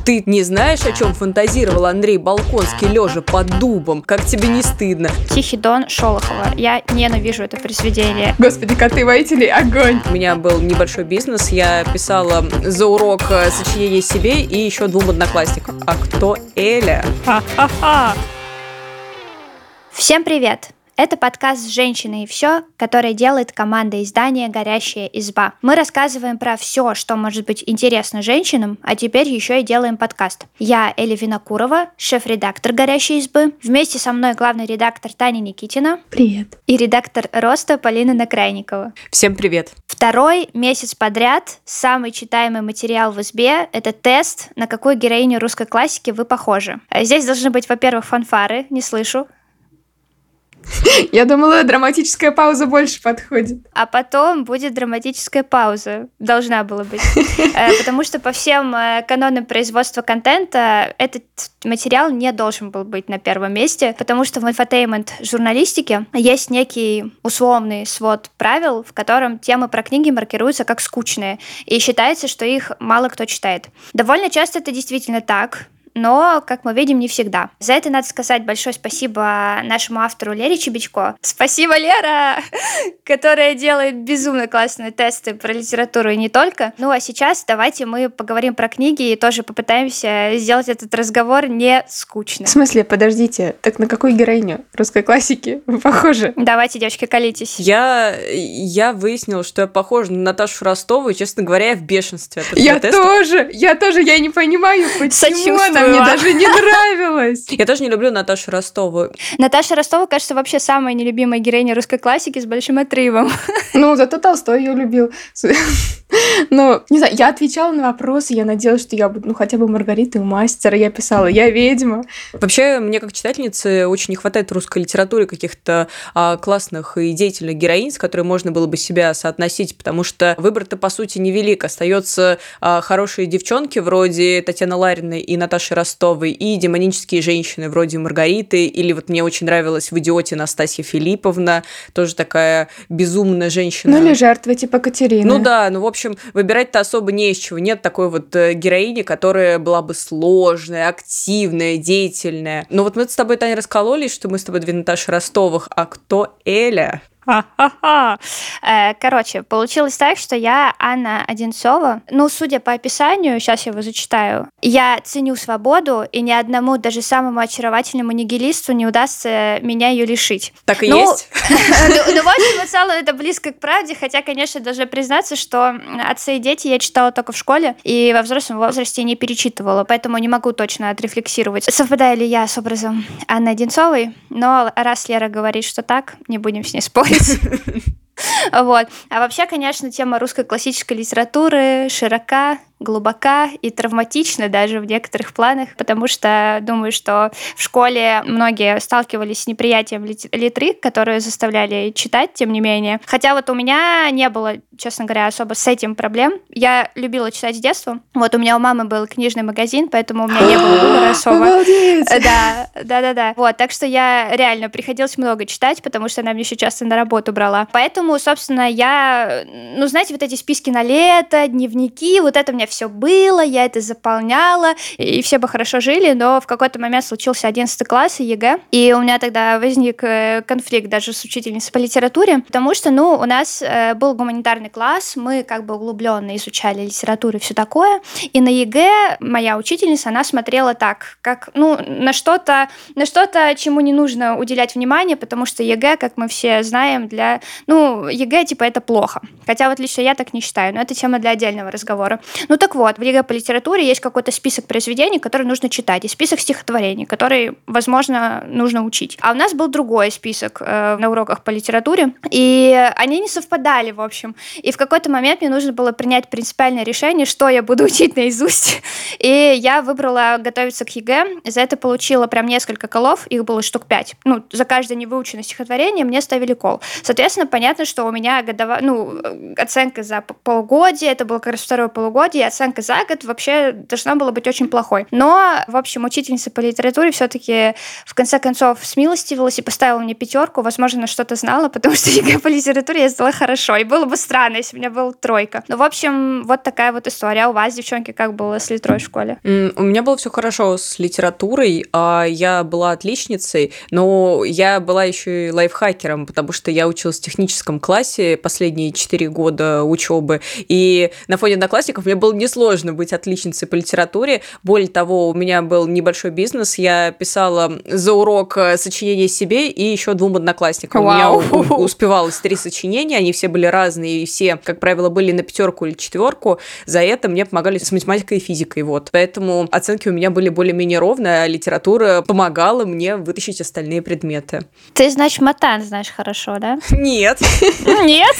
Ты не знаешь, о чем фантазировал Андрей Болконский, лежа под дубом? Как тебе не стыдно? Тихий Дон Шолохова. Я ненавижу это произведение. Господи, коты-воители, огонь! У меня был небольшой бизнес, я писала за урок сочинение себе и еще 2 одноклассникам. А кто Эля? Ха-ха-ха! Всем привет! Это подкаст «Женщины и все», который делает команда издания «Горящая изба». Мы рассказываем про все, что может быть интересно женщинам, а теперь еще и делаем подкаст. Я Эля Винокурова, шеф-редактор «Горящей избы». Вместе со мной главный редактор Таня Никитина. Привет. И редактор «Роста» Полина Накрайникова. Всем привет. Второй месяц подряд самый читаемый материал в избе – это тест, на какую героиню русской классики вы похожи. Здесь должны быть, во-первых, фанфары, не слышу. Я думала, драматическая пауза больше подходит. А потом будет драматическая пауза. Должна была быть. Потому что по всем канонам производства контента этот материал не должен был быть на первом месте, потому что в инфотеймент журналистике есть некий условный свод правил, в котором темы про книги маркируются как скучные, и считается, что их мало кто читает. Довольно часто это действительно так, но, как мы видим, не всегда. За это надо сказать большое спасибо нашему автору Лере Чебечко. Спасибо, Лера, которая делает безумно классные тесты про литературу и не только. Ну а сейчас давайте мы поговорим про книги и тоже попытаемся сделать этот разговор не скучным. В смысле, подождите, так на какую героиню русской классики вы похожи? Давайте, девочки, колитесь. Я выяснила, что я похожа на Наташу Ростову, и, честно говоря, я в бешенстве от этого Я теста. тоже, я не понимаю, почему она мне даже не нравилась. Я тоже не люблю Наташу Ростову. Наташа Ростова, кажется, вообще самая нелюбимая героиня русской классики с большим отрывом. Ну, зато Толстой ее любил. Ну, не знаю, я отвечала на вопросы, я надеялась, что я буду, хотя бы Маргарита и Мастера. Я писала, я ведьма. Вообще, мне как читательнице очень не хватает в русской литературе каких-то классных и деятельных героинь, с которыми можно было бы себя соотносить, потому что выбор-то, по сути, невелик. Остается хорошие девчонки вроде Татьяны Лариной и Наташи Ростовой, и демонические женщины вроде Маргариты, или вот мне очень нравилась в «Идиоте» Настасья Филипповна, тоже такая безумная женщина. Ну или жертва типа Катерины. Ну да, в общем, выбирать-то особо не из чего. Нет такой вот героини, которая была бы сложная, активная, деятельная. Но вот мы с тобой, Таня, раскололись, что мы с тобой 2 Наташи Ростовых, а кто Эля? Короче, получилось так, что я Анна Одинцова. Ну, судя по описанию, сейчас я его зачитаю. Я ценю свободу, и ни одному, даже самому очаровательному нигилисту не удастся меня ее лишить. Так и есть? Ну, в общем, в целом это близко к правде, хотя, конечно, должна признаться, что «Отцы и дети» я читала только в школе, и во взрослом возрасте не перечитывала, поэтому не могу точно отрефлексировать, совпадаю ли я с образом Анны Одинцовой, но раз Лера говорит, что так, не будем с ней спорить. Вот. А вообще, конечно, тема русской классической литературы широка, глубока и травматична даже в некоторых планах, потому что думаю, что в школе многие сталкивались с неприятием литры, которые заставляли читать, тем не менее. Хотя вот у меня не было, честно говоря, особо с этим проблем. Я любила читать с детства. Вот у меня у мамы был книжный магазин, поэтому у меня не было выбора особо. Обалдеть! Да. Вот, так что я реально приходилось много читать, потому что она мне еще часто на работу брала. Поэтому, собственно, я, знаете, вот эти списки на лето, дневники, вот это у меня все было, я это заполняла, и все бы хорошо жили, но в какой-то момент случился 11 класс и ЕГЭ, и у меня тогда возник конфликт даже с учительницей по литературе, потому что, у нас был гуманитарный класс, мы как бы углубленно изучали литературу и все такое, и на ЕГЭ моя учительница, она смотрела так, как, на что-то, чему не нужно уделять внимание, потому что ЕГЭ, как мы все знаем, ЕГЭ, типа, это плохо. Хотя вот лично я так не считаю, но это тема для отдельного разговора. Так вот, в ЕГЭ по литературе есть какой-то список произведений, которые нужно читать, и список стихотворений, которые, возможно, нужно учить. А у нас был другой список на уроках по литературе, и они не совпадали, в общем. И в какой-то момент мне нужно было принять принципиальное решение, что я буду учить наизусть. И я выбрала готовиться к ЕГЭ, за это получила прям несколько колов, их было штук 5. За каждое невыученное стихотворение мне ставили кол. Соответственно, понятно, что у меня оценка за полугодие, это было как раз второе полугодие, и оценка за год вообще должна была быть очень плохой. Но, в общем, учительница по литературе все-таки в конце концов смилостивилась и поставила мне 5. Возможно, что-то знала, потому что ЕГЭ по литературе я сдала хорошо. И было бы странно, если бы у меня была 3. Ну, в общем, вот такая вот история. А у вас, девчонки, как было с литрой в школе? У меня было все хорошо с литературой. Я была отличницей, но я была еще и лайфхакером, потому что я училась в техническом классе последние 4 года учебы. И на фоне одноклассников мне было несложно быть отличницей по литературе. Более того, у меня был небольшой бизнес. Я писала за урок сочинения себе и еще 2 одноклассникам. Вау. У меня успевалось 3 сочинения, они все были разные, и все, как правило, были на 5 или 4. За это мне помогали с математикой и физикой. Вот. Поэтому оценки у меня были более-менее ровные, а литература помогала мне вытащить остальные предметы. Ты, значит, матан знаешь хорошо, да? Нет. Нет?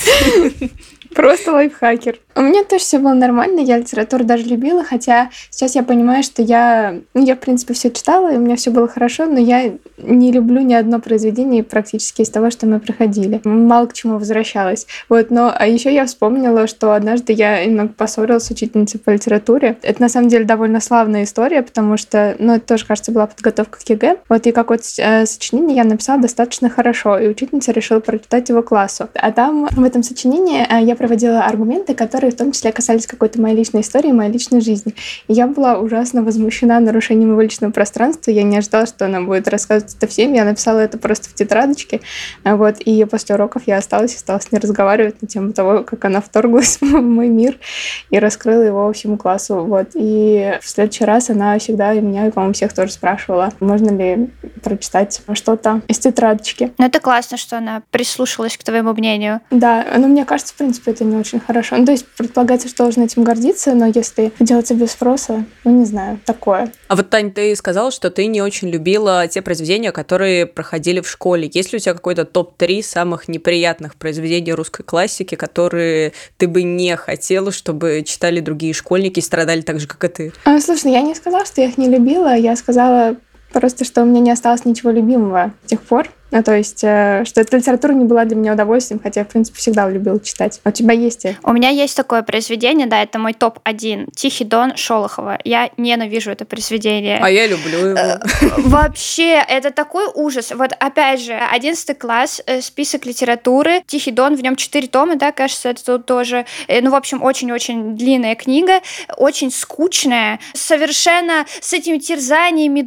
Просто лайфхакер. У меня тоже все было нормально, я литературу даже любила, хотя сейчас я понимаю, что я в принципе, все читала, и у меня все было хорошо, но я не люблю ни одно произведение практически из того, что мы проходили. Мало к чему возвращалась. Вот, а еще я вспомнила, что однажды я немного поссорилась с учительницей по литературе. Это, на самом деле, довольно славная история, потому что, это тоже, кажется, была подготовка к ЕГЭ. Вот, и какое-то сочинение я написала достаточно хорошо, и учительница решила прочитать его классу. А там, в этом сочинении, я проводила аргументы, которые в том числе касались какой-то моей личной истории, моей личной жизни. И я была ужасно возмущена нарушением моего личного пространства. Я не ожидала, что она будет рассказывать это всем. Я написала это просто в тетрадочке. Вот. И после уроков я осталась с ней разговаривать на тему того, как она вторглась в мой мир и раскрыла его всему классу. Вот. И в следующий раз она всегда и меня, и, по-моему, всех тоже спрашивала, можно ли прочитать что-то из тетрадочки. Ну, это классно, что она прислушалась к твоему мнению. Да, но мне кажется, в принципе, это не очень хорошо. То есть предполагается, что должен этим гордиться, но если делать без спроса, не знаю, такое. А вот, Тань, ты сказала, что ты не очень любила те произведения, которые проходили в школе. Есть ли у тебя какой-то топ-3 самых неприятных произведений русской классики, которые ты бы не хотела, чтобы читали другие школьники и страдали так же, как и ты? Слушай, я не сказала, что я их не любила, я сказала просто, что у меня не осталось ничего любимого с тех пор. То есть, что эта литература не была для меня удовольствием, хотя я, в принципе, всегда любила читать. А у тебя есть? У меня есть такое произведение, да, это мой топ-1. «Тихий дон» Шолохова. Я ненавижу это произведение. А я люблю его. Вообще, это такой ужас. Вот, опять же, 11 класс, список литературы, «Тихий дон», в нем 4 тома, да, кажется, это тут тоже. В общем, очень-очень длинная книга, очень скучная, совершенно с этими терзаниями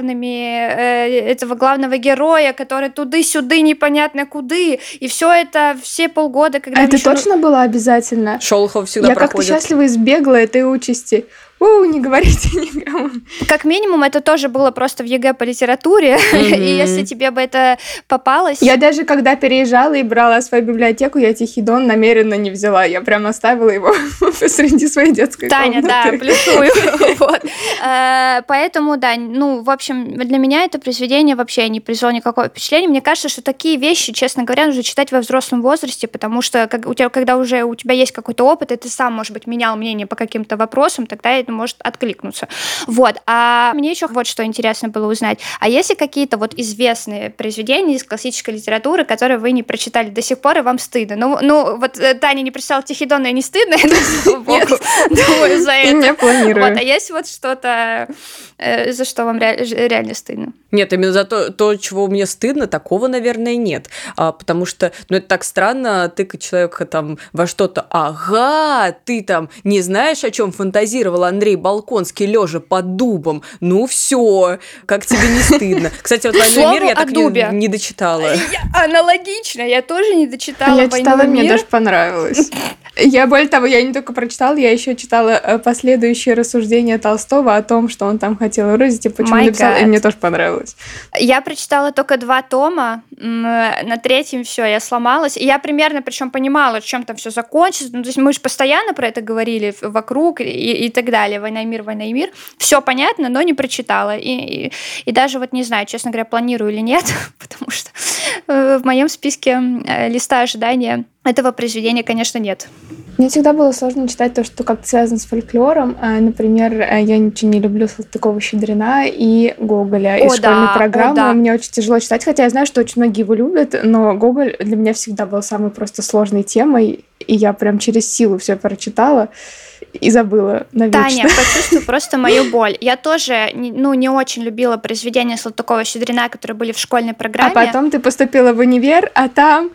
душевными этого главного героя, который туды-сюды, непонятно куды. И все это все полгода, когда... Это точно было обязательно? Шолохов всегда проходит. Я как-то счастливо избегла этой участи. Не говорите никому. Как минимум, это тоже было просто в ЕГЭ по литературе, и если тебе бы это попалось... Я даже когда переезжала и брала свою библиотеку, я «Тихий дон» намеренно не взяла. Я прям оставила его посреди своей детской комнаты. Таня, да, плюсую. Поэтому, да, в общем, для меня это произведение вообще не произвело никакого впечатления. Мне кажется, что такие вещи, честно говоря, нужно читать во взрослом возрасте, потому что когда уже у тебя есть какой-то опыт, и ты сам, может быть, менял мнение по каким-то вопросам, тогда это может откликнуться. Вот. А мне еще вот что интересно было узнать. А есть ли какие-то вот известные произведения из классической литературы, которые вы не прочитали до сих пор, и вам стыдно? Вот Таня не прочитала «Тихий дон», и не стыдно? Думаю, за это. Не планирую. Вот. А есть вот что-то, за что вам реально стыдно? Нет, именно за то, чего мне стыдно, такого, наверное, нет. Потому что, это так странно тыкать человека там во что-то. Ага, ты там не знаешь, о чем фантазировал Андрей Болконский, лежа под дубом. Ну все, как тебе не стыдно. Кстати, вот «Войну и мир» я так не дочитала. Аналогично, я тоже не дочитала «Войну и мир». Я читала, мне даже понравилось. Более того, я не только прочитала, я еще читала последующие рассуждения Толстого о том, что он там хотел выразить и почему написал, и мне тоже понравилось. Я прочитала только 2 тома, на 3-м все, я сломалась. И я примерно, причем понимала, чем там все закончится. То есть мы же постоянно про это говорили вокруг и так далее. «Война и мир», «Война и мир». Все понятно, но не прочитала. И даже вот не знаю, честно говоря, планирую или нет, потому что в моем списке листа ожидания этого произведения, конечно, нет. Мне всегда было сложно читать то, что как-то связано с фольклором. Например, я ничего не люблю Салтыкова-Щедрина и Гоголя из школьной программы. Мне очень тяжело читать, хотя я знаю, что очень многие его любят, но Гоголь для меня всегда был самой просто сложной темой, и я прям через силу все прочитала и забыла навечно. Таня, почувствуй просто мою боль. Я тоже не очень любила произведения Салтыкова-Щедрина, которые были в школьной программе. А потом ты поступила в универ, а там...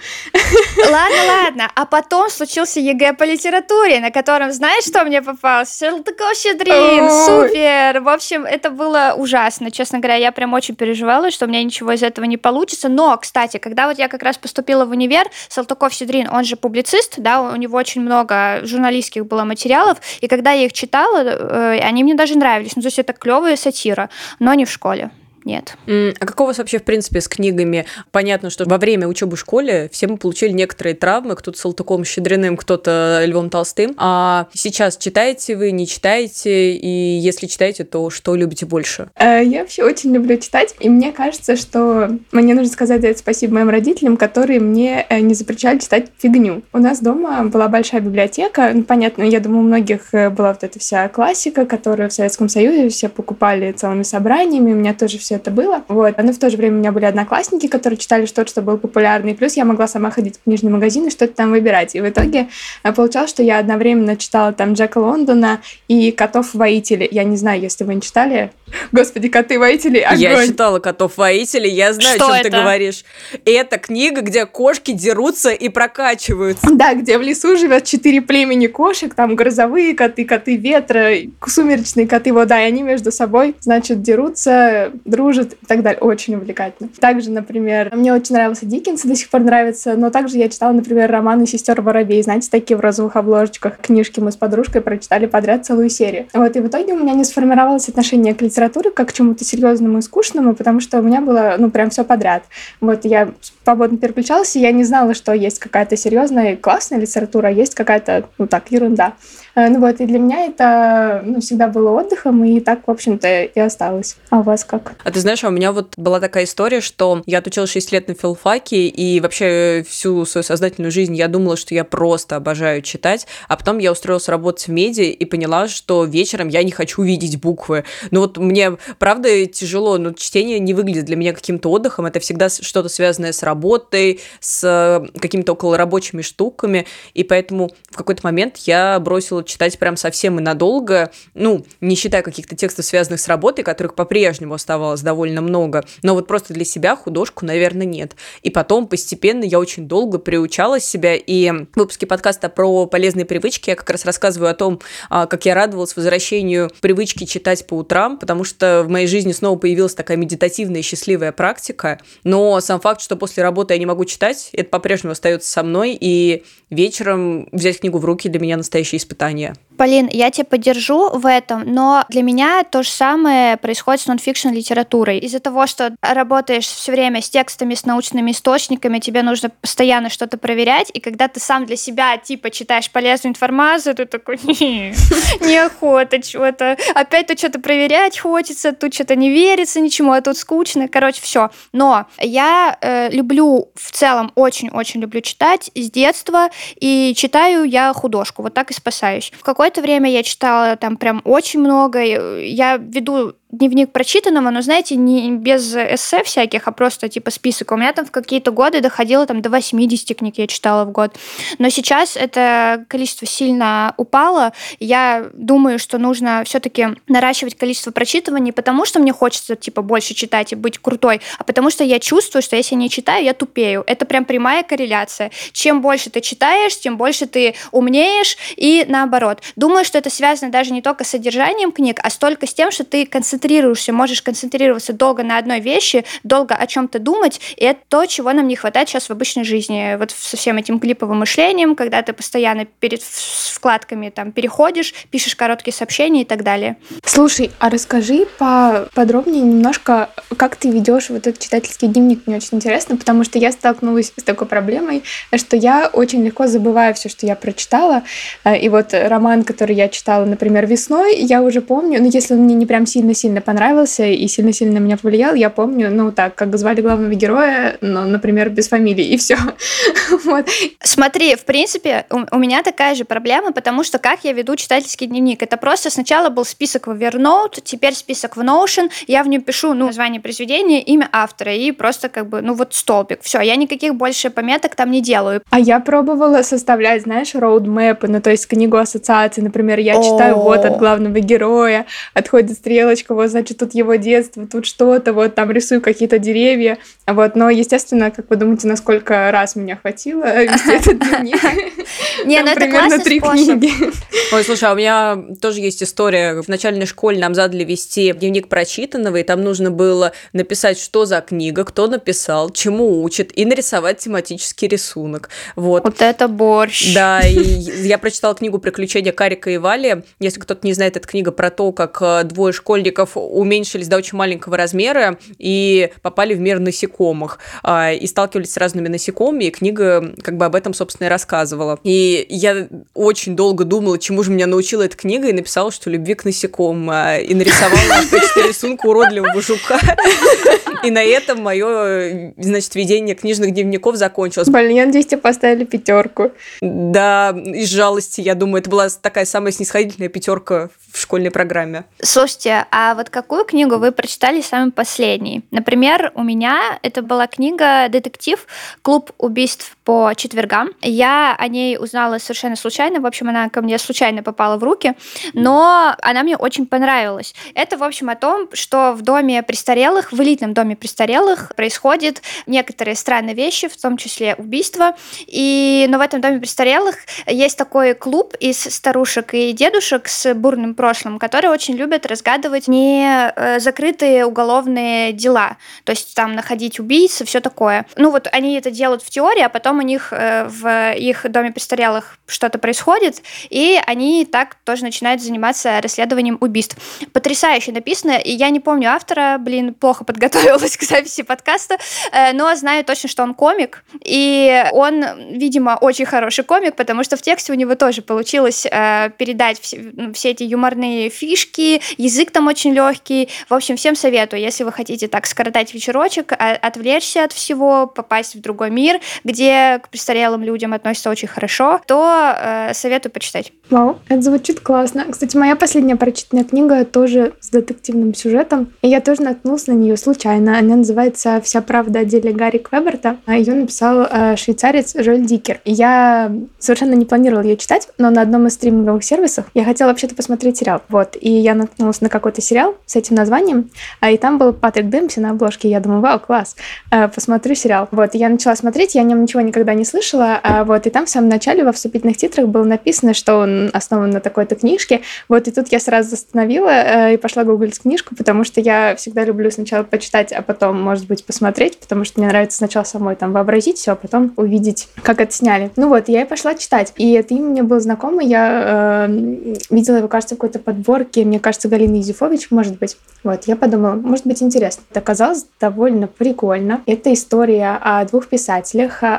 Ладно. А потом случился ЕГЭ по литературе, на котором, знаешь, что мне попалось? Салтыков-Щедрин, супер! В общем, это было ужасно. Честно говоря, я прям очень переживала, что у меня ничего из этого не получится. Но, кстати, когда вот я как раз поступила в универ, Салтыков-Щедрин, он же публицист, да, у него очень много журналистских было материалов, и когда я их читала, они мне даже нравились. Ну, то есть это клевая сатира, но не в школе. Нет. А как у вас вообще, в принципе, с книгами? Понятно, что во время учебы в школе все мы получили некоторые травмы, кто-то Салтыковым Щедриным, кто-то Львом Толстым. А сейчас читаете вы, не читаете? И если читаете, то что любите больше? Я вообще очень люблю читать, и мне кажется, что мне нужно сказать за это спасибо моим родителям, которые мне не запрещали читать фигню. У нас дома была большая библиотека. Ну, понятно, я думаю, у многих была вот эта вся классика, которую в Советском Союзе все покупали целыми собраниями. У меня тоже все это было. Вот. Но в то же время у меня были одноклассники, которые читали что-то, что было популярно. И плюс я могла сама ходить в книжный магазин и что-то там выбирать. И в итоге получалось, что я одновременно читала там Джека Лондона и «Котов-воителей». Я не знаю, если вы не читали. Господи, «Коты-воители», огонь. Я читала «Котов-воителей», я знаю, что о чем это? ты говоришь. Это книга, где кошки дерутся и прокачиваются. Да, где в лесу живет 4 племени кошек, там грозовые коты, коты ветра, сумеречные коты, вот, да, и они между собой, значит, дерутся, дружат и так далее. Очень увлекательно. Также, например, мне очень нравился Диккенс, до сих пор нравится, но также я читала, например, романы «Сестер Воробей», знаете, такие в розовых обложечках книжки. Мы с подружкой прочитали подряд целую серию. Вот, и в итоге у меня не сформировалось отношение к литературе как к чему-то серьезному и скучному, потому что у меня было, прям все подряд. Вот, я свободно переключалась, и я не знала, что есть какая-то серьезная и классная литература, а есть какая-то, ерунда. Вот, и для меня это, всегда было отдыхом, и так, в общем-то, и осталось. А у вас как? А ты знаешь, у меня вот была такая история, что я отучилась 6 лет на филфаке, и вообще всю свою сознательную жизнь я думала, что я просто обожаю читать, а потом я устроилась работать в медиа и поняла, что вечером я не хочу видеть буквы. Вот мне, правда, тяжело, но чтение не выглядит для меня каким-то отдыхом, это всегда что-то связанное с работой, с какими-то околорабочими штуками, и поэтому в какой-то момент я бросила читать прям совсем и надолго, не считая каких-то текстов, связанных с работой, которых по-прежнему оставалось довольно много, но вот просто для себя художку, наверное, нет. И потом постепенно я очень долго приучала себя, и в выпуске подкаста про полезные привычки я как раз рассказываю о том, как я радовалась возвращению привычки читать по утрам, потому что в моей жизни снова появилась такая медитативная и счастливая практика, но сам факт, что после работы я не могу читать, это по-прежнему остается со мной, и вечером взять книгу в руки для меня настоящее испытание. Полин, я тебя поддержу в этом, но для меня то же самое происходит с нон-фикшн литературой. Из-за того, что работаешь все время с текстами, с научными источниками, тебе нужно постоянно что-то проверять, и когда ты сам для себя, читаешь полезную информацию, ты такой, неохота что-то, опять тут что-то проверять хочется, тут что-то не верится ничему, а тут скучно, все. Но я люблю, в целом, очень-очень люблю читать с детства, и читаю я художку, вот так и спасаюсь. В какое-то время я читала там прям очень много. Я веду дневник прочитанного, но, знаете, не без эссе всяких, а просто список. У меня там в какие-то годы доходило до 80 книг я читала в год. Но сейчас это количество сильно упало. Я думаю, что нужно все-таки наращивать количество прочитываний, потому что мне хочется больше читать и быть крутой, а потому что я чувствую, что если я не читаю, я тупею. Это прям прямая корреляция. Чем больше ты читаешь, тем больше ты умнеешь, и наоборот. Думаю, что это связано даже не только с содержанием книг, а столько с тем, что ты можешь концентрироваться долго на одной вещи, долго о чем-то думать, и это то, чего нам не хватает сейчас в обычной жизни. Вот со всем этим клиповым мышлением, когда ты постоянно перед вкладками переходишь, пишешь короткие сообщения и так далее. Слушай, а расскажи поподробнее немножко, как ты ведешь вот этот читательский дневник. Мне очень интересно, потому что я столкнулась с такой проблемой, что я очень легко забываю все, что я прочитала. И вот роман, который я читала, например, весной, я уже помню, если он мне не прям сильно сильно понравился и сильно-сильно на меня повлиял. Я помню, ну так, как звали главного героя, но, например, без фамилии, и все. Вот. Смотри, в принципе, у меня такая же проблема, потому что как я веду читательский дневник? Это просто сначала был список в Evernote, теперь список в Notion, я в нем пишу, название произведения, имя автора и просто как бы, столбик. Все, я никаких больше пометок там не делаю. А я пробовала составлять, знаешь, роудмэпы, то есть книгу ассоциаций, например, я читаю вот от главного героя, отходит стрелочка, вот, значит, тут его детство, тут что-то, вот, там рисую какие-то деревья, вот, но, естественно, как вы думаете, на сколько раз меня хватило вести этот дневник? Не, ну это примерно 3 книги. Ой, слушай, а у меня тоже есть история. В начальной школе нам задали вести дневник прочитанного, и там нужно было написать, что за книга, кто написал, чему учит, и нарисовать тематический рисунок. Вот это борщ. Да, и я прочитала книгу «Приключения Карика и Вали». Если кто-то не знает, это книга про то, как двое школьников уменьшились до очень маленького размера и попали в мир насекомых, и сталкивались с разными насекомыми, и книга как бы об этом, собственно, и рассказывала. И я очень долго думала, чему же меня научила эта книга, и написала, что любви к насекомым, и нарисовала в качестве рисунка уродливого жука. И на этом мое, значит, ведение книжных дневников закончилось. Блин, я надеюсь, тебе поставили 5. Да, из жалости, я думаю, это была такая самая снисходительная 5 в школьной программе. Слушайте, а вот какую книгу вы прочитали самой последней? Например, у меня это была книга «Детектив. Клуб убийств по четвергам». Я о ней узнала совершенно случайно. В общем, она ко мне случайно попала в руки, но она мне очень понравилась. Это, в общем, о том, что в доме престарелых, в элитном доме престарелых происходят некоторые странные вещи, в том числе убийства. Но в этом доме престарелых есть такой клуб из старушек и дедушек с бурным прошлым, которые очень любят разгадывать не закрытые уголовные дела. То есть там находить убийц и все такое. Они это делают в теории, а потом у них в их доме престарелых что-то происходит, и они так тоже начинают заниматься расследованием убийств. Потрясающе написано, и я не помню автора, плохо подготовилась к записи подкаста, но знаю точно, что он комик, и он, видимо, очень хороший комик, потому что в тексте у него тоже получилось передать все эти юморные фишки, язык там очень легкий. В общем, всем советую, если вы хотите так скоротать вечерочек, отвлечься от всего, попасть в другой мир, где к престарелым людям относятся очень хорошо, то советую почитать. Вау, это звучит классно. Кстати, моя последняя прочитанная книга тоже с детективным сюжетом, и я тоже наткнулась на нее случайно. Она называется «Вся правда о деле Гарри Квеберта». Ее написал швейцарец Жоэль Дикер. Я совершенно не планировала ее читать, но на одном из стриминговых сервисов я хотела вообще-то посмотреть сериал. Вот, и я наткнулась на какой-то сериал с этим названием, и там был Патрик Демпси на обложке. Я думаю, вау, класс, посмотрю сериал. Вот, и я начала смотреть, я о нем ничего никогда не слышала, вот, и там в самом начале во вступительных титрах было написано, что он основан на такой-то книжке. Вот, и тут я сразу остановила и пошла гуглить книжку, потому что я всегда люблю сначала почитать, а потом, может быть, посмотреть, потому что мне нравится сначала самой там вообразить все, а потом увидеть, как это сняли. Я и пошла читать. И это имя мне было знакомо, я видела его, кажется, в какой-то подборке, мне кажется, Галины Юзефович, может быть. Вот, я подумала, может быть, интересно. Это оказалось довольно прикольно. Это история о 2 писателях, о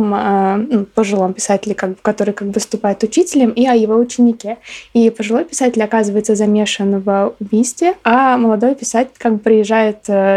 одном пожилом писателе, который выступает учителем, и о его ученике. И пожилой писатель оказывается замешан в убийстве, а молодой писатель приезжает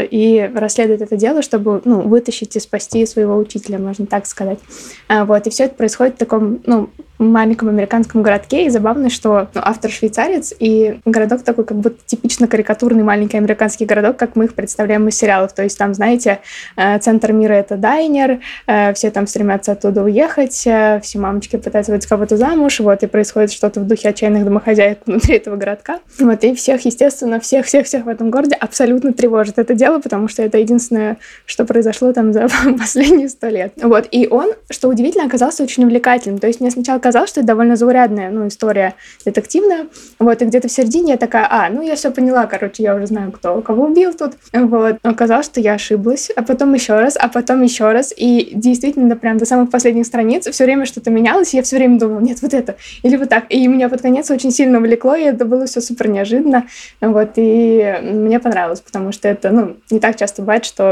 и расследует это дело, чтобы вытащить и спасти своего учителя, можно так сказать. Вот, и все это происходит в таком, маленьком американском городке, и забавно, что автор швейцарец, и городок такой как будто типично карикатурный маленький американский городок, как мы их представляем из сериалов. То есть там, знаете, центр мира — это дайнер, все там стремятся оттуда уехать, все мамочки пытаются выйти кого-то замуж, вот, и происходит что-то в духе отчаянных домохозяек внутри этого городка. Вот, и всех, естественно, всех в этом городе абсолютно тревожит это дело, потому что это единственное, что произошло там за последние 100 лет. Вот, и он, что удивительно, оказался очень увлекательным. То есть мне сначала казалось, что это довольно заурядная, история детективная. Вот, и где-то в середине я такая, я все поняла, я уже знаю, кто кого убил тут. Вот. Но оказалось, что я ошиблась, а потом еще раз. И действительно, прям до самых последних страниц все время что-то менялось, и я все время думала, нет, вот это, или вот так. И меня под конец очень сильно увлекло, и это было все супер неожиданно. Вот, и мне понравилось, потому что это, не так часто бывает, что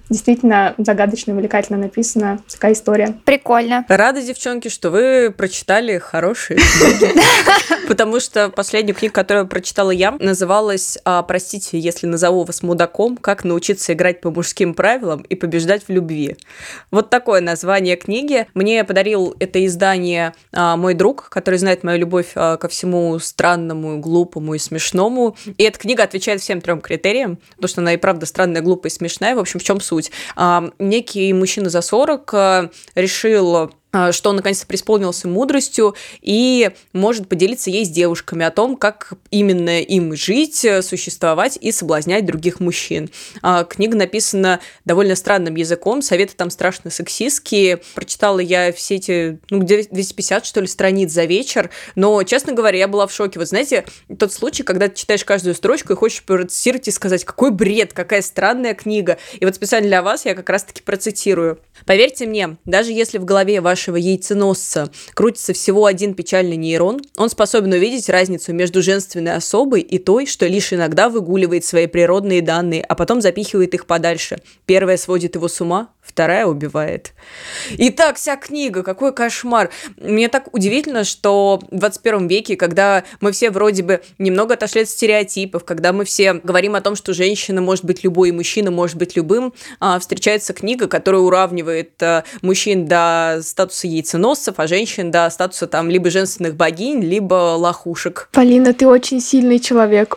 действительно загадочно, увлекательно написана такая история. Прикольно. Рада, девчонки, что вы прочитали хорошие книги. Потому что последнюю книгу, которую прочитала я, называлась «Простите, если назову вас мудаком. Как научиться играть по мужским правилам и побеждать в любви». Вот такое название книги. Мне подарил это издание мой друг, который знает мою любовь ко всему странному, глупому и смешному. И эта книга отвечает всем 3 критериям, потому что она и правда странная, глупая и смешная. В общем, в чем суть? Некий мужчина за 40 решил, что он наконец-то преисполнился мудростью и может поделиться ей с девушками о том, как именно им жить, существовать и соблазнять других мужчин. Книга написана довольно странным языком, советы там страшно сексистские. Прочитала я все эти, 250, что ли, страниц за вечер, но, честно говоря, я была в шоке. Вот знаете, тот случай, когда ты читаешь каждую строчку и хочешь процитировать и сказать, какой бред, какая странная книга. И вот специально для вас я как раз-таки процитирую. Поверьте мне, даже если в голове вашего яйценосца крутится всего один печальный нейрон, он способен увидеть разницу между женственной особой и той, что лишь иногда выгуливает свои природные данные, а потом запихивает их подальше. Первая сводит его с ума, вторая убивает. Итак, вся книга, какой кошмар. Мне так удивительно, что в 21 веке, когда мы все вроде бы немного отошли от стереотипов, когда мы все говорим о том, что женщина может быть любой, и мужчина может быть любым, встречается книга, которая уравнивает мужчин до статуса яйценосцев, а женщин до статуса там либо женственных богинь, либо лохушек. Полина, ты очень сильный человек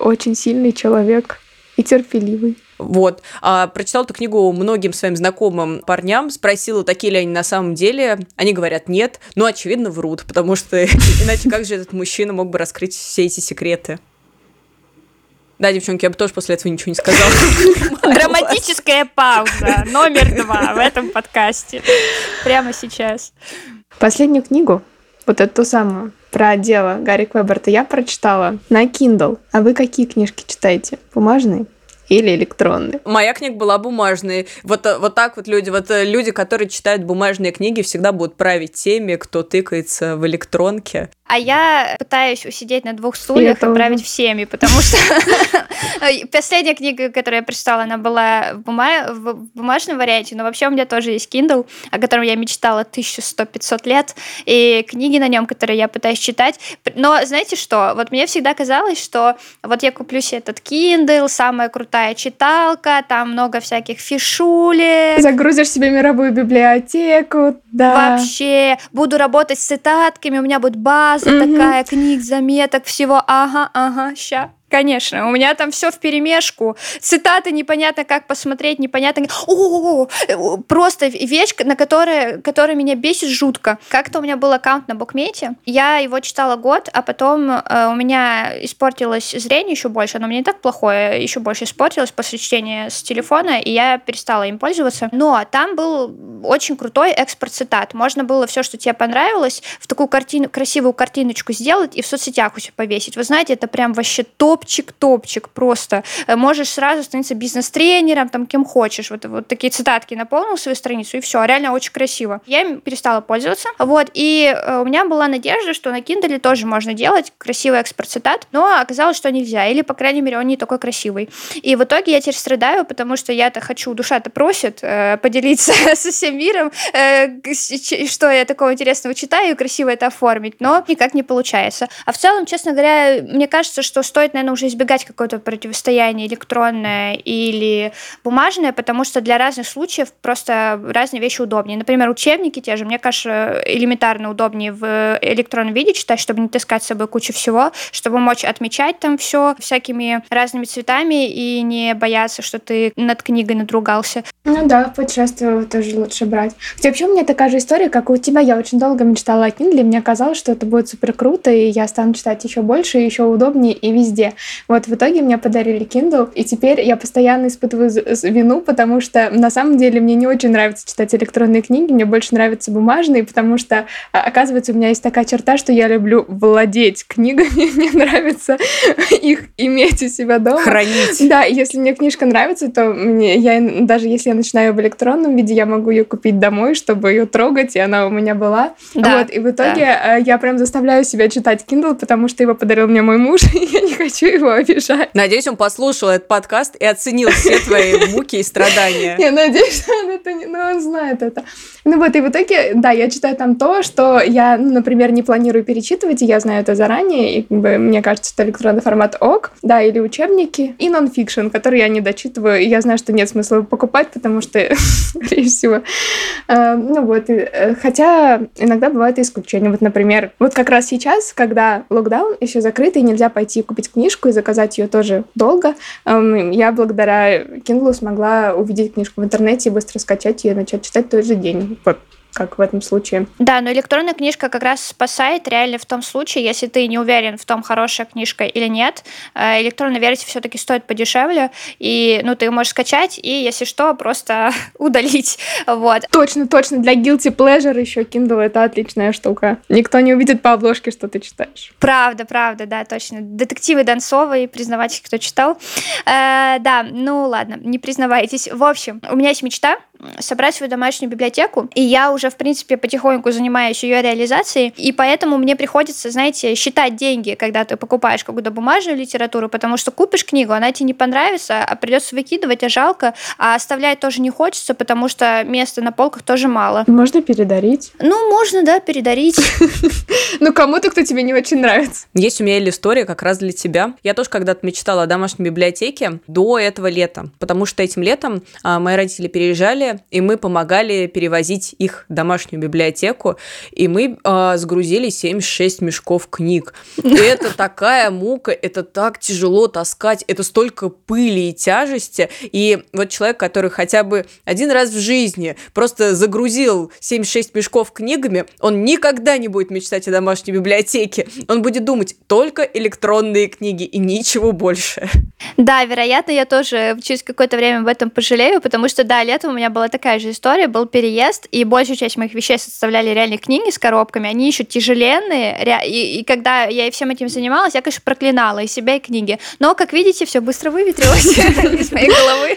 и терпеливый. Вот. Прочитала эту книгу многим своим знакомым парням, спросила, такие ли они на самом деле. Они говорят, нет, но, очевидно, врут, потому что иначе как же этот мужчина мог бы раскрыть все эти секреты? Да, девчонки, я бы тоже после этого ничего не сказала. Драматическая пауза номер 2 в этом подкасте. Прямо сейчас. Последнюю книгу, вот эту самую, про дело Гарри Квеберта, я прочитала на Kindle. А вы какие книжки читаете? Бумажные или электронные? Моя книга была бумажной. Вот так вот люди, которые читают бумажные книги, всегда будут править теми, кто тыкается в электронке. А я пытаюсь усидеть на 2 стульях и править всеми, потому что последняя книга, которую я прочитала, она была в бумажном варианте, но вообще у меня тоже есть Kindle, о котором я мечтала 1100-500 лет, и книги на нем, которые я пытаюсь читать. Но знаете что? Вот мне всегда казалось, что вот я куплю себе этот Kindle, самая крутая читалка, там много всяких фишулек. Загрузишь себе мировую библиотеку, да. Вообще, буду работать с цитатками, у меня будет база такая, книг, заметок, всего, ага, ща. Конечно, у меня там все вперемешку. Цитаты непонятно как посмотреть, непонятно... Просто вещь, которая меня бесит жутко. Как-то у меня был аккаунт на Букмете, я его читала год, а потом у меня испортилось зрение еще больше, оно мне не так плохое, еще больше испортилось после чтения с телефона, и я перестала им пользоваться. Но там был очень крутой экспорт цитат. Можно было все, что тебе понравилось, в такую красивую картиночку сделать и в соцсетях у себя повесить. Вы знаете, это прям вообще топчик просто. Можешь сразу становиться бизнес-тренером, там, кем хочешь. Вот такие цитатки наполнил свою страницу, и все. Реально очень красиво. Я им перестала пользоваться. И у меня была надежда, что на Kindle тоже можно делать красивый экспорт цитат, но оказалось, что нельзя. Или, по крайней мере, он не такой красивый. И в итоге я теперь страдаю, потому что я-то хочу, душа-то просит поделиться со всем миром, что я такого интересного читаю, и красиво это оформить, но никак не получается. А в целом, честно говоря, мне кажется, что стоит, наверное, уже избегать какое-то противостояние электронное или бумажное, потому что для разных случаев просто разные вещи удобнее. Например, учебники те же, мне кажется, элементарно удобнее в электронном виде читать, чтобы не таскать с собой кучу всего, чтобы мочь отмечать там все всякими разными цветами и не бояться, что ты над книгой надругался. Ну да, в путешествие тоже лучше брать. Хотя вообще у меня такая же история, как у тебя. Я очень долго мечтала о Kindle, и мне казалось, что это будет супер круто, и я стану читать еще больше, еще удобнее и везде. Вот в итоге мне подарили Kindle, и теперь я постоянно испытываю вину, потому что на самом деле мне не очень нравится читать электронные книги, мне больше нравятся бумажные, потому что, оказывается, у меня есть такая черта, что я люблю владеть книгами, мне нравится их иметь у себя дома. Хранить. Да, и если мне книжка нравится, то даже если я начинаю в электронном виде, я могу ее купить домой, чтобы ее трогать, и она у меня была. Да, и в итоге я прям заставляю себя читать Kindle, потому что его подарил мне мой муж, и я не хочу хочу его обижать. Надеюсь, он послушал этот подкаст и оценил все твои муки и страдания. Я надеюсь, что он это не... Ну, он знает это. Ну вот, и в итоге, да, я читаю там то, что я, например, не планирую перечитывать, и я знаю это заранее, и мне кажется, что электронный формат ок, да, или учебники, и нонфикшн, который я не дочитываю, и я знаю, что нет смысла его покупать, потому что, скорее всего, ну вот, хотя иногда бывают и исключения. Вот, например, вот как раз сейчас, когда локдаун еще закрытый, нельзя пойти купить книжку и заказать ее тоже долго, я благодаря Kindle смогла увидеть книжку в интернете и быстро скачать ее и начать читать в тот же день. Вот как в этом случае. Да, но электронная книжка как раз спасает реально в том случае, если ты не уверен в том, хорошая книжка или нет. Электронная версия все-таки стоит подешевле, и ты можешь скачать и, если что, просто удалить. Вот. Точно, для guilty pleasure еще Kindle — это отличная штука. Никто не увидит по обложке, что ты читаешь. Правда, да, точно. Детективы Донцовой, признавайтесь, кто читал. Да, ладно, не признавайтесь. В общем, у меня есть мечта собрать свою домашнюю библиотеку, и я уже, в принципе, потихоньку занимаюсь ее реализацией, и поэтому мне приходится, знаете, считать деньги, когда ты покупаешь какую-то бумажную литературу, потому что купишь книгу, она тебе не понравится, а придется выкидывать, а жалко, а оставлять тоже не хочется, потому что места на полках тоже мало. Можно передарить. Можно, да, передарить. Кому-то, кто тебе не очень нравится. Есть у меня история как раз для тебя. Я тоже когда-то мечтала о домашней библиотеке до этого лета, потому что этим летом мои родители переезжали, и мы помогали перевозить их домашнюю библиотеку, и мы сгрузили 76 мешков книг. И это такая мука, это так тяжело таскать, это столько пыли и тяжести. И вот человек, который хотя бы один раз в жизни просто загрузил 76 мешков книгами, он никогда не будет мечтать о домашней библиотеке. Он будет думать только электронные книги и ничего больше. Да, вероятно, я тоже через какое-то время об этом пожалею, потому что, да, летом у меня была такая же история, был переезд, и большую часть моих вещей составляли реально книги с коробками, они еще тяжеленные, и когда я всем этим занималась, я, конечно, проклинала и себя, и книги. Но, как видите, все быстро выветрилось из моей головы.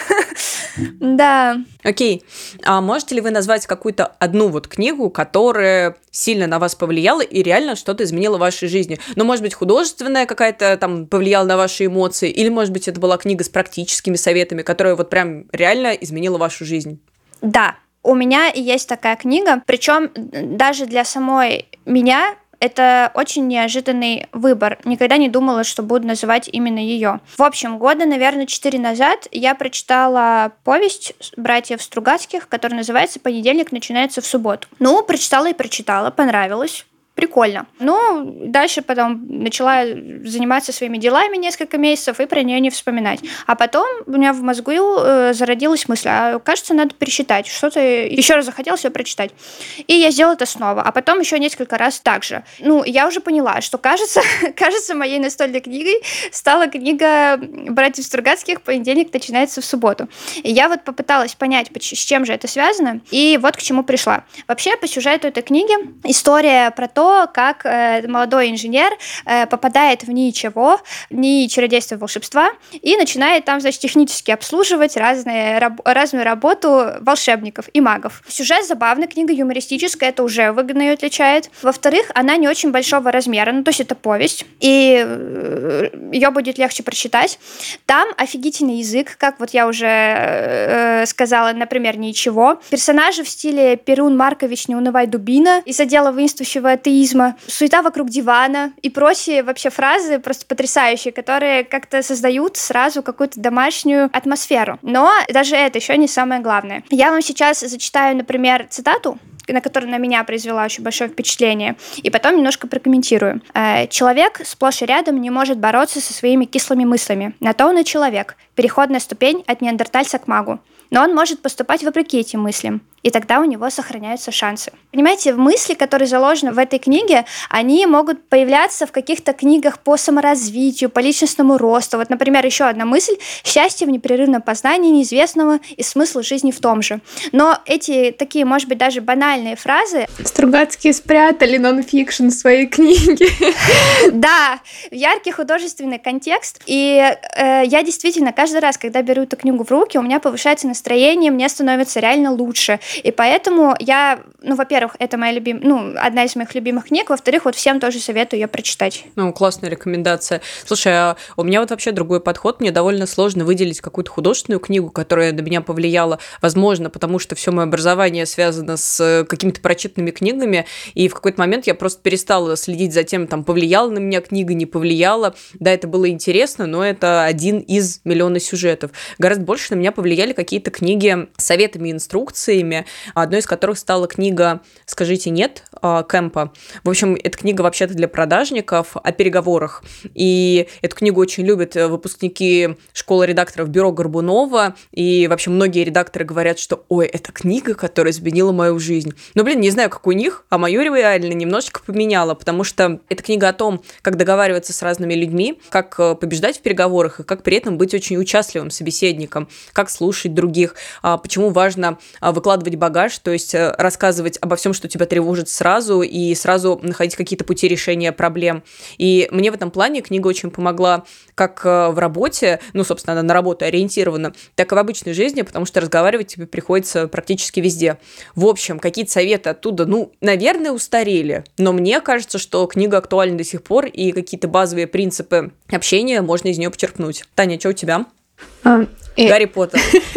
Да. Окей. А можете ли вы назвать какую-то одну вот книгу, которая сильно на вас повлияла и реально что-то изменила в вашей жизни? Может быть, художественная какая-то там повлияла на ваши эмоции, или, может быть, это была книга с практическими советами, которая вот прям реально изменила вашу жизнь? Да, у меня есть такая книга, причем даже для самой меня это очень неожиданный выбор. Никогда не думала, что буду называть именно ее. В общем, года, наверное, 4 назад я прочитала повесть братьев Стругацких, которая называется «Понедельник начинается в субботу». Прочитала и прочитала, понравилось. Прикольно. Дальше потом начала заниматься своими делами несколько месяцев и про нее не вспоминать. А потом у меня в мозгу зародилась мысль, кажется, надо пересчитать. Что-то еще раз захотелось ее прочитать. И я сделала это снова. А потом еще несколько раз так же. Я уже поняла, что кажется, моей настольной книгой стала книга братьев Стругацких «Понедельник начинается в субботу». И я вот попыталась понять, с чем же это связано, и вот к чему пришла. Вообще, по сюжету этой книги история про то, как молодой инженер попадает в ничего, ни чародейства, волшебства, и начинает там, технически обслуживать разную работу волшебников и магов. Сюжет забавный, книга юмористическая, это уже выгодно ее отличает. Во-вторых, она не очень большого размера, то есть это повесть, и ее будет легче прочитать. Там офигительный язык, как вот я уже сказала, например, ничего. Персонажи в стиле Перун Маркович, не унывай, дубина, из отдела воинствующего атеизма, суета вокруг дивана и прочие вообще фразы просто потрясающие, которые как-то создают сразу какую-то домашнюю атмосферу. Но даже это еще не самое главное. Я вам сейчас зачитаю, например, цитату, которая на меня произвела очень большое впечатление, и потом немножко прокомментирую. «Человек сплошь и рядом не может бороться со своими кислыми мыслями. На то он и человек. Переходная ступень от неандертальца к магу. Но он может поступать вопреки этим мыслям, и тогда у него сохраняются шансы». Понимаете, мысли, которые заложены в этой книге, они могут появляться в каких-то книгах по саморазвитию, по личностному росту. Вот, например, еще одна мысль: «Счастье в непрерывном познании неизвестного и смысл жизни в том же». Но эти такие, может быть, даже банальные фразы... Стругацкие спрятали нонфикшн в своей книге. Да, яркий художественный контекст. И я действительно каждый раз, когда беру эту книгу в руки, у меня повышается настроение, мне становится реально лучше. И поэтому я, во-первых, это моя одна из моих любимых книг, во-вторых, вот всем тоже советую ее прочитать. Классная рекомендация. Слушай, а у меня вот вообще другой подход. Мне довольно сложно выделить какую-то художественную книгу, которая на меня повлияла. Возможно, потому что все мое образование связано с какими-то прочитанными книгами, и в какой-то момент я просто перестала следить за тем, повлияла на меня книга, не повлияла. Да, это было интересно, но это один из миллиона сюжетов. Гораздо больше на меня повлияли какие-то книги с советами и инструкциями, одной из которых стала книга «Скажите нет» Кэмпа. В общем, эта книга вообще-то для продажников о переговорах. И эту книгу очень любят выпускники школы редакторов Бюро Горбунова, и вообще многие редакторы говорят, что «Ой, это книга, которая изменила мою жизнь». Но, не знаю, как у них, а мою реально немножечко поменяла, потому что это книга о том, как договариваться с разными людьми, как побеждать в переговорах и как при этом быть очень участливым собеседником, как слушать других, почему важно выкладывать багаж, то есть рассказывать обо всем, что тебя тревожит сразу, и сразу находить какие-то пути решения проблем. И мне в этом плане книга очень помогла как в работе, собственно, она на работу ориентирована, так и в обычной жизни, потому что разговаривать тебе приходится практически везде. В общем, какие-то советы оттуда, наверное, устарели, но мне кажется, что книга актуальна до сих пор, и какие-то базовые принципы общения можно из нее почерпнуть. Таня, что у тебя? Гарри Поттер.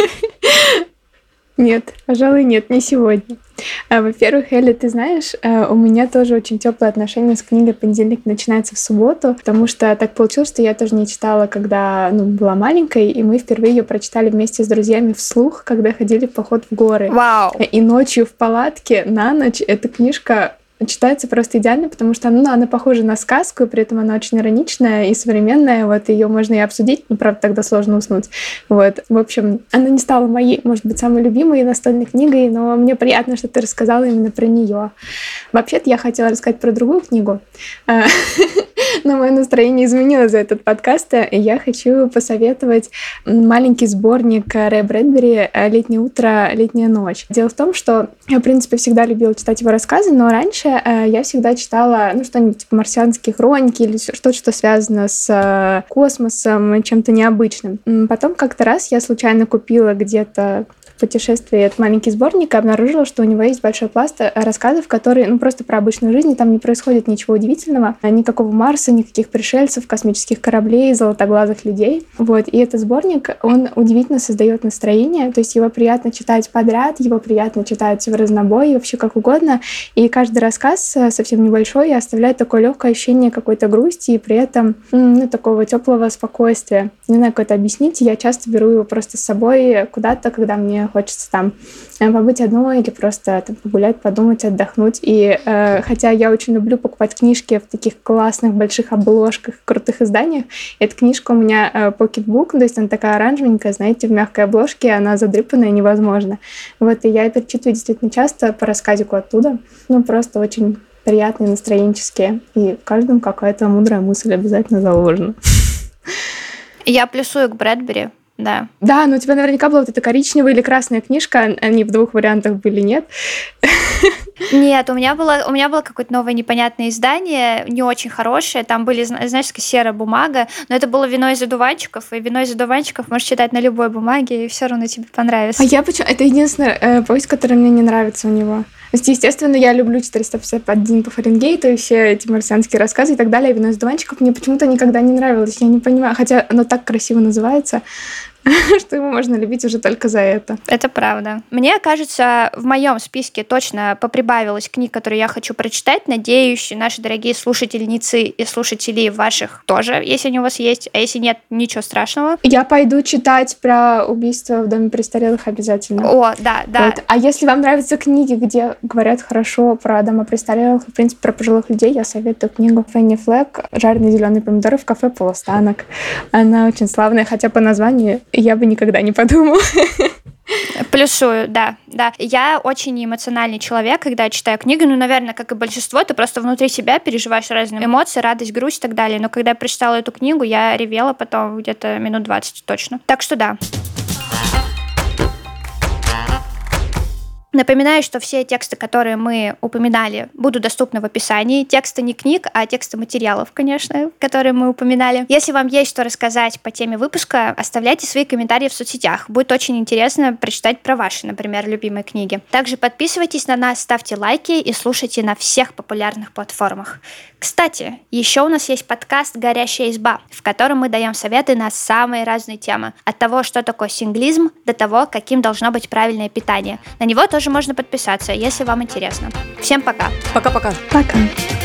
Нет, пожалуй, нет, не сегодня. Во-первых, Элли, ты знаешь, у меня тоже очень теплые отношения с книгой «Понедельник начинается в субботу», потому что так получилось, что я тоже не читала, когда была маленькой, и мы впервые ее прочитали вместе с друзьями вслух, когда ходили в поход в горы. Вау! И ночью в палатке на ночь эта книжка читается просто идеально, потому что она похожа на сказку, и при этом она очень ироничная и современная. Вот ее можно и обсудить, но, правда, тогда сложно уснуть. Вот. В общем, она не стала моей, может быть, самой любимой настольной книгой, но мне приятно, что ты рассказала именно про нее. Вообще-то я хотела рассказать про другую книгу, но мое настроение изменилось за этот подкаст, и я хочу посоветовать маленький сборник Рэя Брэдбери «Летнее утро, летняя ночь». Дело в том, что я, в принципе, всегда любила читать его рассказы, но раньше я всегда читала что-нибудь типа «Марсианские хроники» или что-то, что связано с космосом, чем-то необычным. Потом как-то раз я случайно купила где-то в путешествии этот маленький сборник и обнаружила, что у него есть большой пласт рассказов, которые, просто про обычную жизнь, там не происходит ничего удивительного, никакого Марса, никаких пришельцев, космических кораблей, золотоглазых людей. Вот. И этот сборник, он удивительно создает настроение, то есть его приятно читать подряд, его приятно читать в разнобой, вообще как угодно, и каждый рассказ совсем небольшой оставляет такое легкое ощущение какой-то грусти и при этом такого теплого спокойствия. Не знаю, как это объяснить, я часто беру его просто с собой куда-то, когда мне хочется там побыть одной или просто погулять, подумать, отдохнуть. И хотя я очень люблю покупать книжки в таких классных больших обложках, крутых изданиях, эта книжка у меня покетбук, то есть она такая оранжевенькая, знаете, в мягкой обложке, она задрыпанная невозможно. Вот, и я перечитываю действительно часто по рассказику оттуда. Просто очень приятные, настроенческие. И в каждом какая-то мудрая мысль обязательно заложена. Я плюсую к Брэдбери. Да. Да, но у тебя наверняка была вот эта коричневая или красная книжка, они в двух вариантах были, нет? Нет, у меня было какое-то новое непонятное издание, не очень хорошее, там были, знаешь, серая бумага, но это было «Вино из одуванчиков», и «Вино из одуванчиков» можешь читать на любой бумаге, и все равно тебе понравится. Это единственная повесть, которая мне не нравится у него. То есть, естественно, я люблю 451 по Фаренгейту и все эти марсианские рассказы и так далее. «Вино из одуванчиков» мне почему-то никогда не нравилось, я не понимаю, хотя оно так красиво называется, что его можно любить уже только за это. Это правда. Мне кажется, в моем списке точно поприбавилось книг, которые я хочу прочитать. Надеюсь, наши дорогие слушательницы и слушатели ваших тоже, если они у вас есть. А если нет, ничего страшного. Я пойду читать про убийство в доме престарелых обязательно. О, да. Вот. А если вам нравятся книги, где говорят хорошо про дома престарелых, в принципе, про пожилых людей, я советую книгу Фенни Флэк «Жареные зеленые помидоры в кафе «Полустанок». Она очень славная, хотя по названию я бы никогда не подумала. Плюсую, да. Я очень эмоциональный человек, когда читаю книгу. Наверное, как и большинство, ты просто внутри себя переживаешь разные эмоции, радость, грусть и так далее. Но когда я прочитала эту книгу, я ревела потом где-то минут 20 точно. Так что да. Напоминаю, что все тексты, которые мы упоминали, будут доступны в описании. Тексты не книг, а тексты материалов, конечно, которые мы упоминали. Если вам есть что рассказать по теме выпуска, оставляйте свои комментарии в соцсетях. Будет очень интересно прочитать про ваши, например, любимые книги. Также подписывайтесь на нас, ставьте лайки и слушайте на всех популярных платформах. Кстати, еще у нас есть подкаст «Горящая изба», в котором мы даем советы на самые разные темы. От того, что такое синглизм, до того, каким должно быть правильное питание. На него тоже можно подписаться, если вам интересно. Всем пока. Пока-пока. Пока.